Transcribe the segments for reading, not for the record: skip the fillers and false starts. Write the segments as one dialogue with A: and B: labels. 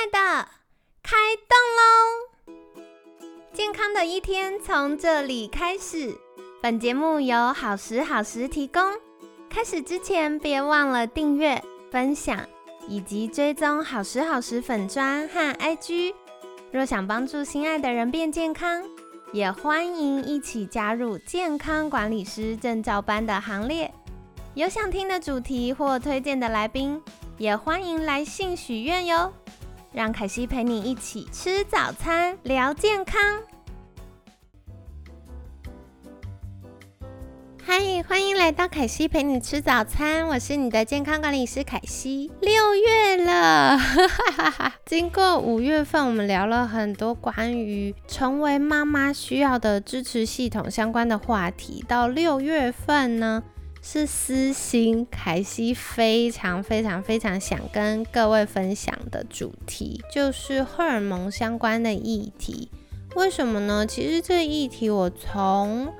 A: 的，开动咯！健康的一天从这里开始。本节目由好时好时提供。开始之前别忘了订阅、分享以及追踪好时好时粉专和 IG。若想帮助心爱的人变健康，也欢迎一起加入健康管理师证照班的行列。有想听的主题或推荐的来宾，也欢迎来信许愿哟。让凯西陪你一起吃早餐，聊健康。嗨，欢迎来到凯西陪你吃早餐，我是你的健康管理师凯西。6月了，经过5月份，我们聊了很多关于成为妈妈需要的支持系统相关的话题。到6月份呢，是私心凯西非常想跟各位分享的主题，就是荷尔蒙相关的议题。为什么呢？其实这个议题我从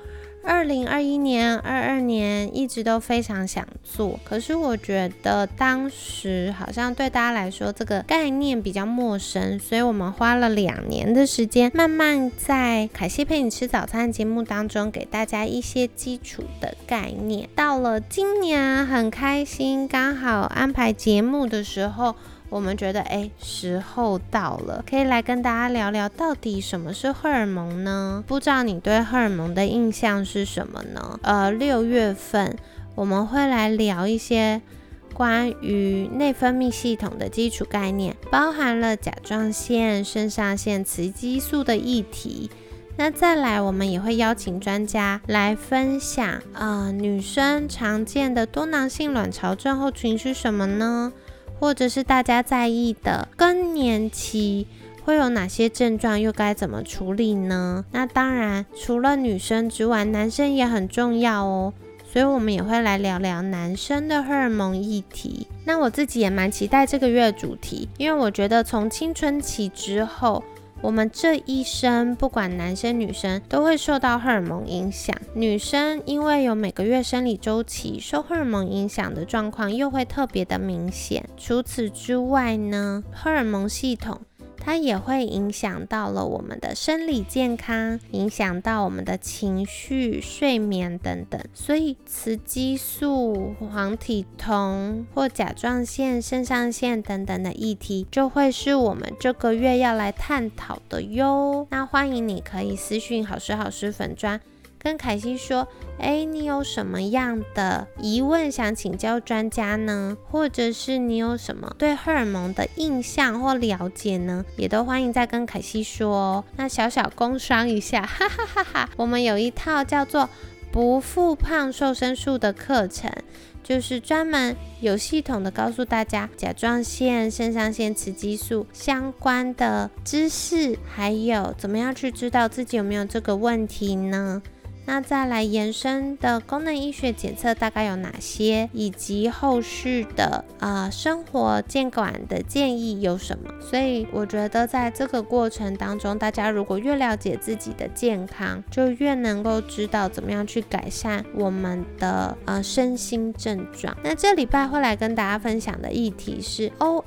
A: 2021年、22年一直都非常想做，可是我觉得当时好像对大家来说这个概念比较陌生，所以我们花了2年的时间，慢慢在凯西陪你吃早餐节目当中给大家一些基础的概念。到了今年很开心，刚好安排节目的时候，我们觉得时候到了，可以来跟大家聊聊到底什么是荷尔蒙呢？不知道你对荷尔蒙的印象是什么呢？6月份我们会来聊一些关于内分泌系统的基础概念，包含了甲状腺、肾上腺、雌激素的议题。那再来我们也会邀请专家来分享女生常见的多囊性卵巢症候群是什么呢？或者是大家在意的更年期会有哪些症状，又该怎么处理呢？那当然除了女生之外，男生也很重要哦，所以我们也会来聊聊男生的荷尔蒙议题。那我自己也蛮期待这个月的主题，因为我觉得从青春期之后，我们这一生不管男生女生都会受到荷尔蒙影响。女生因为有每个月生理周期，受荷尔蒙影响的状况又会特别的明显。除此之外呢，荷尔蒙系统它也会影响到了我们的生理健康，影响到我们的情绪、睡眠等等。所以雌激素、黄体酮或甲状腺、肾上腺等等的议题，就会是我们这个月要来探讨的哟。那欢迎你可以私讯好时好时粉专跟凯西说，你有什么样的疑问想请教专家呢？或者是你有什么对荷尔蒙的印象或了解呢？也都欢迎再跟凯西说哦。那小小工商一下，哈哈哈哈，我们有一套叫做不复胖瘦身术的课程，就是专门有系统的告诉大家甲状腺、肾上腺、雌激素相关的知识，还有怎么样去知道自己有没有这个问题呢？那再来延伸的功能医学检测大概有哪些，以及后续的生活健管的建议有什么。所以我觉得在这个过程当中，大家如果越了解自己的健康，就越能够知道怎么样去改善我们的身心症状。那这礼拜会来跟大家分享的议题是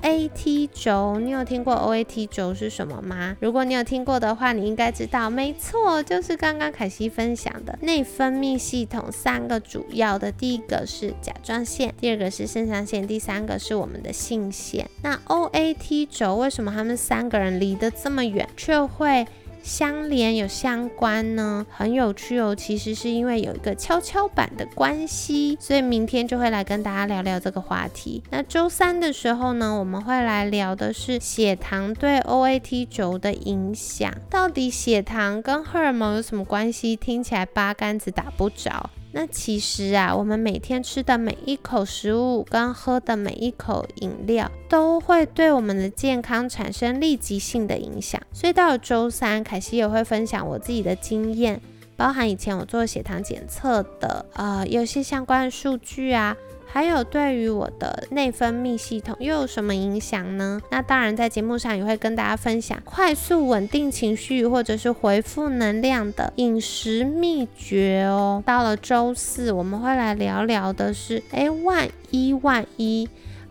A: OAT 轴。你有听过 OAT 轴是什么吗？如果你有听过的话，你应该知道，没错，就是刚刚凯西分享的内分泌系统3个主要的，第一个是甲状腺，第二个是肾上腺，第3个是我们的性腺。那 OAT 轴为什么他们3个人离得这么远却会相连有相关呢？很有趣哦，其实是因为有一个跷跷板的关系，所以明天就会来跟大家聊聊这个话题。那周3的时候呢，我们会来聊的是血糖对 OAT 轴的影响。到底血糖跟荷尔蒙有什么关系？听起来八竿子打不着。那其实我们每天吃的每一口食物跟喝的每一口饮料都会对我们的健康产生立即性的影响。所以到了周3，凯西也会分享我自己的经验，包含以前我做血糖检测的有些相关的数据还有对于我的内分泌系统又有什么影响呢？那当然在节目上也会跟大家分享快速稳定情绪或者是回复能量的饮食秘诀哦。到了周4，我们会来聊聊的是万一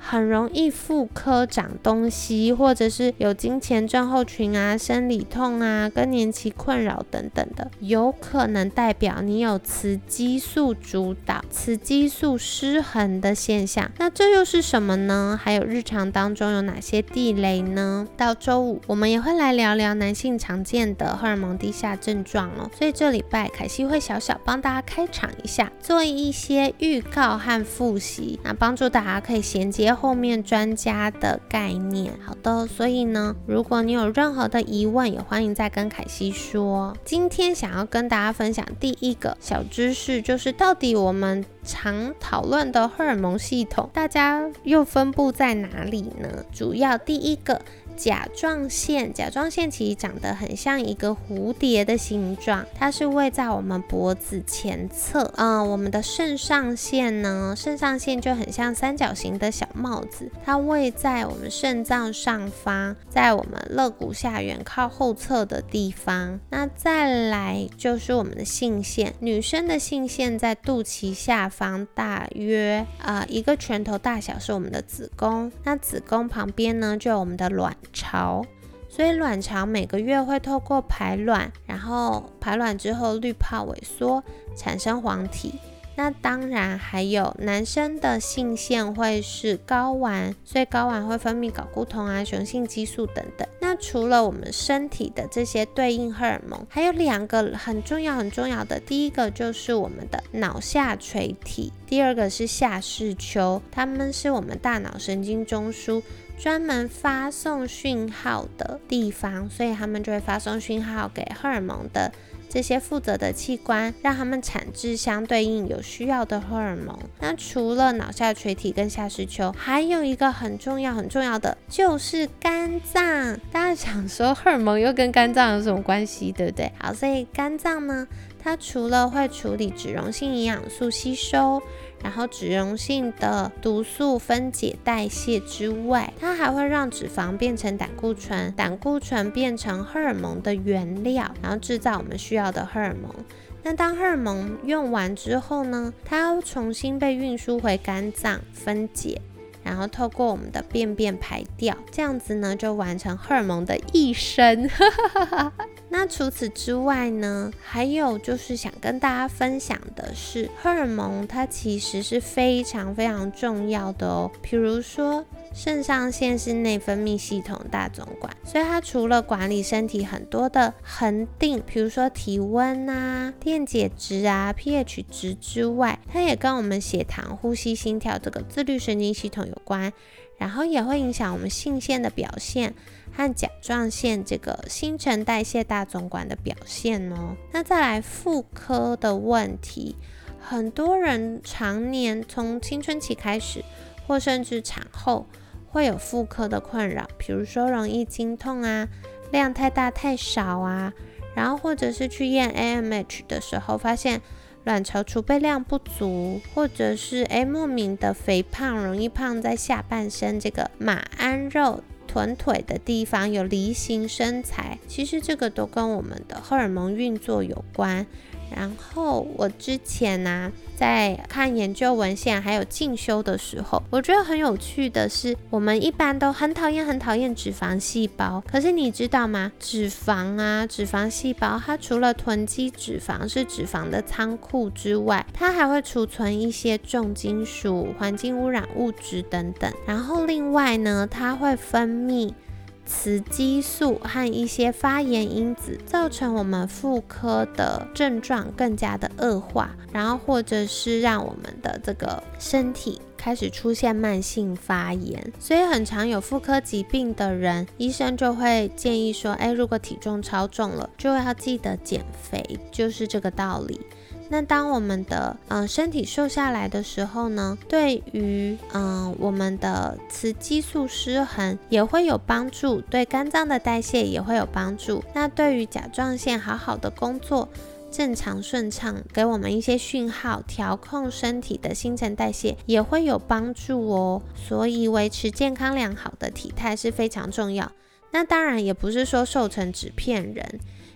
A: 很容易妇科长东西，或者是有经前症候群啊、生理痛啊、更年期困扰等等的，有可能代表你有雌激素主导、雌激素失衡的现象。那这又是什么呢？还有日常当中有哪些地雷呢？到周五我们也会来聊聊男性常见的荷尔蒙低下症状哦。所以这礼拜凯西会小小帮大家开场一下，做一些预告和复习，那帮助大家可以衔接后面专家的概念。好的，所以呢，如果你有任何的疑问，也欢迎再跟凯西说。今天想要跟大家分享第一个小知识，就是到底我们常讨论的荷尔蒙系统，大家又分布在哪里呢？主要第一个，甲状腺。甲状腺其实长得很像一个蝴蝶的形状，它是位在我们脖子前侧。我们的肾上腺呢，肾上腺就很像三角形的小帽子，它位在我们肾脏上方，在我们肋骨下缘靠后侧的地方。那再来就是我们的性腺，女生的性腺在肚脐下方，大约一个拳头大小是我们的子宫。那子宫旁边呢，就有我们的卵巢。所以卵巢每个月会透过排卵，然后排卵之后滤泡萎缩，产生黄体。那当然还有男生的性腺会是睾丸，所以睾丸会分泌睾固酮啊、雄性激素等等。那除了我们身体的这些对应荷尔蒙，还有两个很重要的，第一个就是我们的脑下垂体，第二个是下视丘，它们是我们大脑神经中枢专门发送讯号的地方，所以他们就会发送讯号给荷尔蒙的这些负责的器官，让他们产制相对应有需要的荷尔蒙。那除了脑下垂体跟下视丘，还有一个很重要的就是肝脏。大家想说荷尔蒙又跟肝脏有什么关系，对不对？好，所以肝脏呢，它除了会处理脂溶性营养素吸收，然后脂溶性的毒素分解代谢之外，它还会让脂肪变成胆固醇，胆固醇变成荷尔蒙的原料，然后制造我们需要的荷尔蒙。那当荷尔蒙用完之后呢，它要重新被运输回肝脏分解，然后透过我们的便便排掉，这样子呢就完成荷尔蒙的一生。那除此之外呢，还有就是想跟大家分享的是，荷尔蒙它其实是非常重要的哦。比如说肾上腺是内分泌系统大总管，所以它除了管理身体很多的恒定，比如说体温啊、电解质啊、pH 值之外，它也跟我们血糖、呼吸、心跳这个自律神经系统有关，然后也会影响我们性腺的表现和甲状腺这个新陈代谢大总管的表现哦。那再来妇科的问题，很多人常年从青春期开始，或甚至产后会有妇科的困扰，比如说容易经痛啊、量太大太少啊，然后或者是去验 AMH 的时候发现卵巢储备量不足，或者是莫名的肥胖，容易胖在下半身这个马鞍肉臀腿的地方，有梨形身材，其实这个都跟我们的荷尔蒙运作有关。然后我之前在看研究文献还有进修的时候，我觉得很有趣的是，我们一般都很讨厌脂肪细胞，可是你知道吗？脂肪细胞它除了囤积脂肪是脂肪的仓库之外，它还会储存一些重金属、环境污染物质等等。然后另外呢，它会分泌雌激素和一些发炎因子，造成我们妇科的症状更加的恶化，然后或者是让我们的这个身体开始出现慢性发炎。所以很常有妇科疾病的人，医生就会建议说，如果体重超重了，就要记得减肥，就是这个道理。那当我们的身体瘦下来的时候呢，对于我们的雌激素失衡也会有帮助，对肝脏的代谢也会有帮助。那对于甲状腺好好的工作，正常顺畅，给我们一些讯号，调控身体的新陈代谢也会有帮助哦。所以维持健康良好的体态是非常重要。那当然也不是说瘦成纸片人，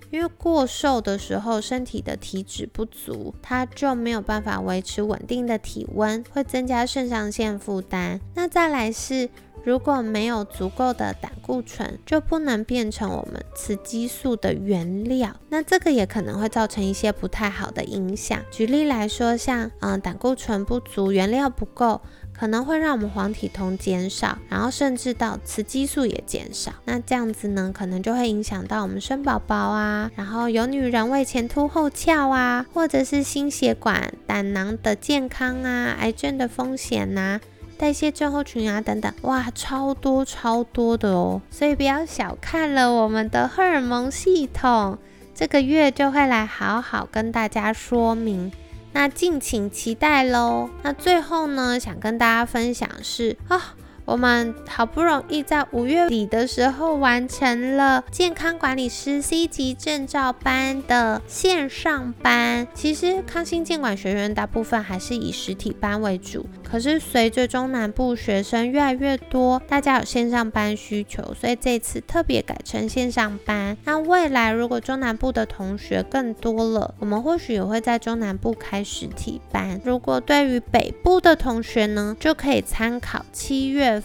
A: 因为过瘦的时候身体的体脂不足，它就没有办法维持稳定的体温，会增加肾上腺负担。那再来是如果没有足够的胆固醇，就不能变成我们雌激素的原料，那这个也可能会造成一些不太好的影响。举例来说，像胆固醇不足，原料不够，可能会让我们黄体酮减少，然后甚至到雌激素也减少。那这样子呢，可能就会影响到我们生宝宝啊，然后有女人为前凸后翘啊，或者是心血管、胆囊的健康啊，癌症的风险啊，代谢症候群啊等等，哇，超多的哦。所以不要小看了我们的荷尔蒙系统，这个月就会来好好跟大家说明，那敬请期待咯。那最后呢，想跟大家分享是我们好不容易在5月底的时候完成了健康管理师 C 级证照班的线上班。其实康欣健管学院大部分还是以实体班为主，可是随着中南部学生越来越多，大家有线上班需求，所以这次特别改成线上班。那未来如果中南部的同学更多了，我们或许也会在中南部开实体班。如果对于北部的同学呢，就可以参考7月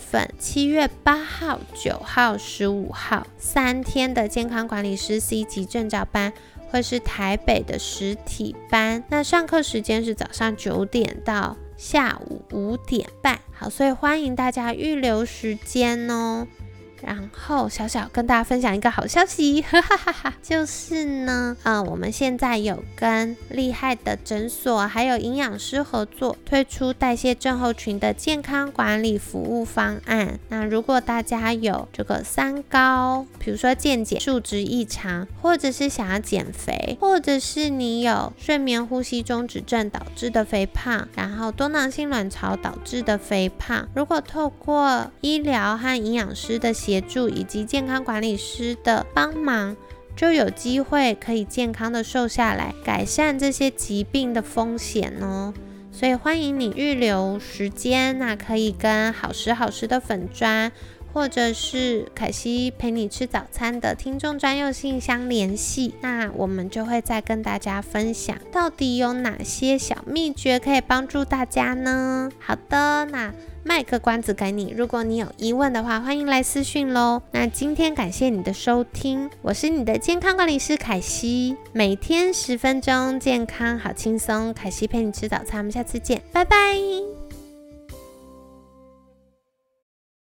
A: 8号、9号、15号3天的健康管理师 C 级证照班，会是台北的实体班。那上课时间是早上9点到下午5点半。好，所以欢迎大家预留时间哦。然后小小跟大家分享一个好消息，就是呢，我们现在有跟厉害的诊所还有营养师合作，推出代谢症候群的健康管理服务方案。那如果大家有这个三高，比如说健检数值异常，或者是想要减肥，或者是你有睡眠呼吸中止症导致的肥胖，然后多囊性卵巢导致的肥胖，如果透过医疗和营养师的协助以及健康管理师的帮忙，就有机会可以健康的瘦下来，改善这些疾病的风险哦。所以欢迎你预留时间，那可以跟好时的粉专，或者是凯西陪你吃早餐的听众专用信箱联系，那我们就会再跟大家分享到底有哪些小秘诀可以帮助大家呢？好的，那卖个关子给你，如果你有疑问的话，欢迎来私讯咯。那今天感谢你的收听，我是你的健康管理师凯西，每天10分钟，健康好轻松，凯西陪你吃早餐，我们下次见，拜拜。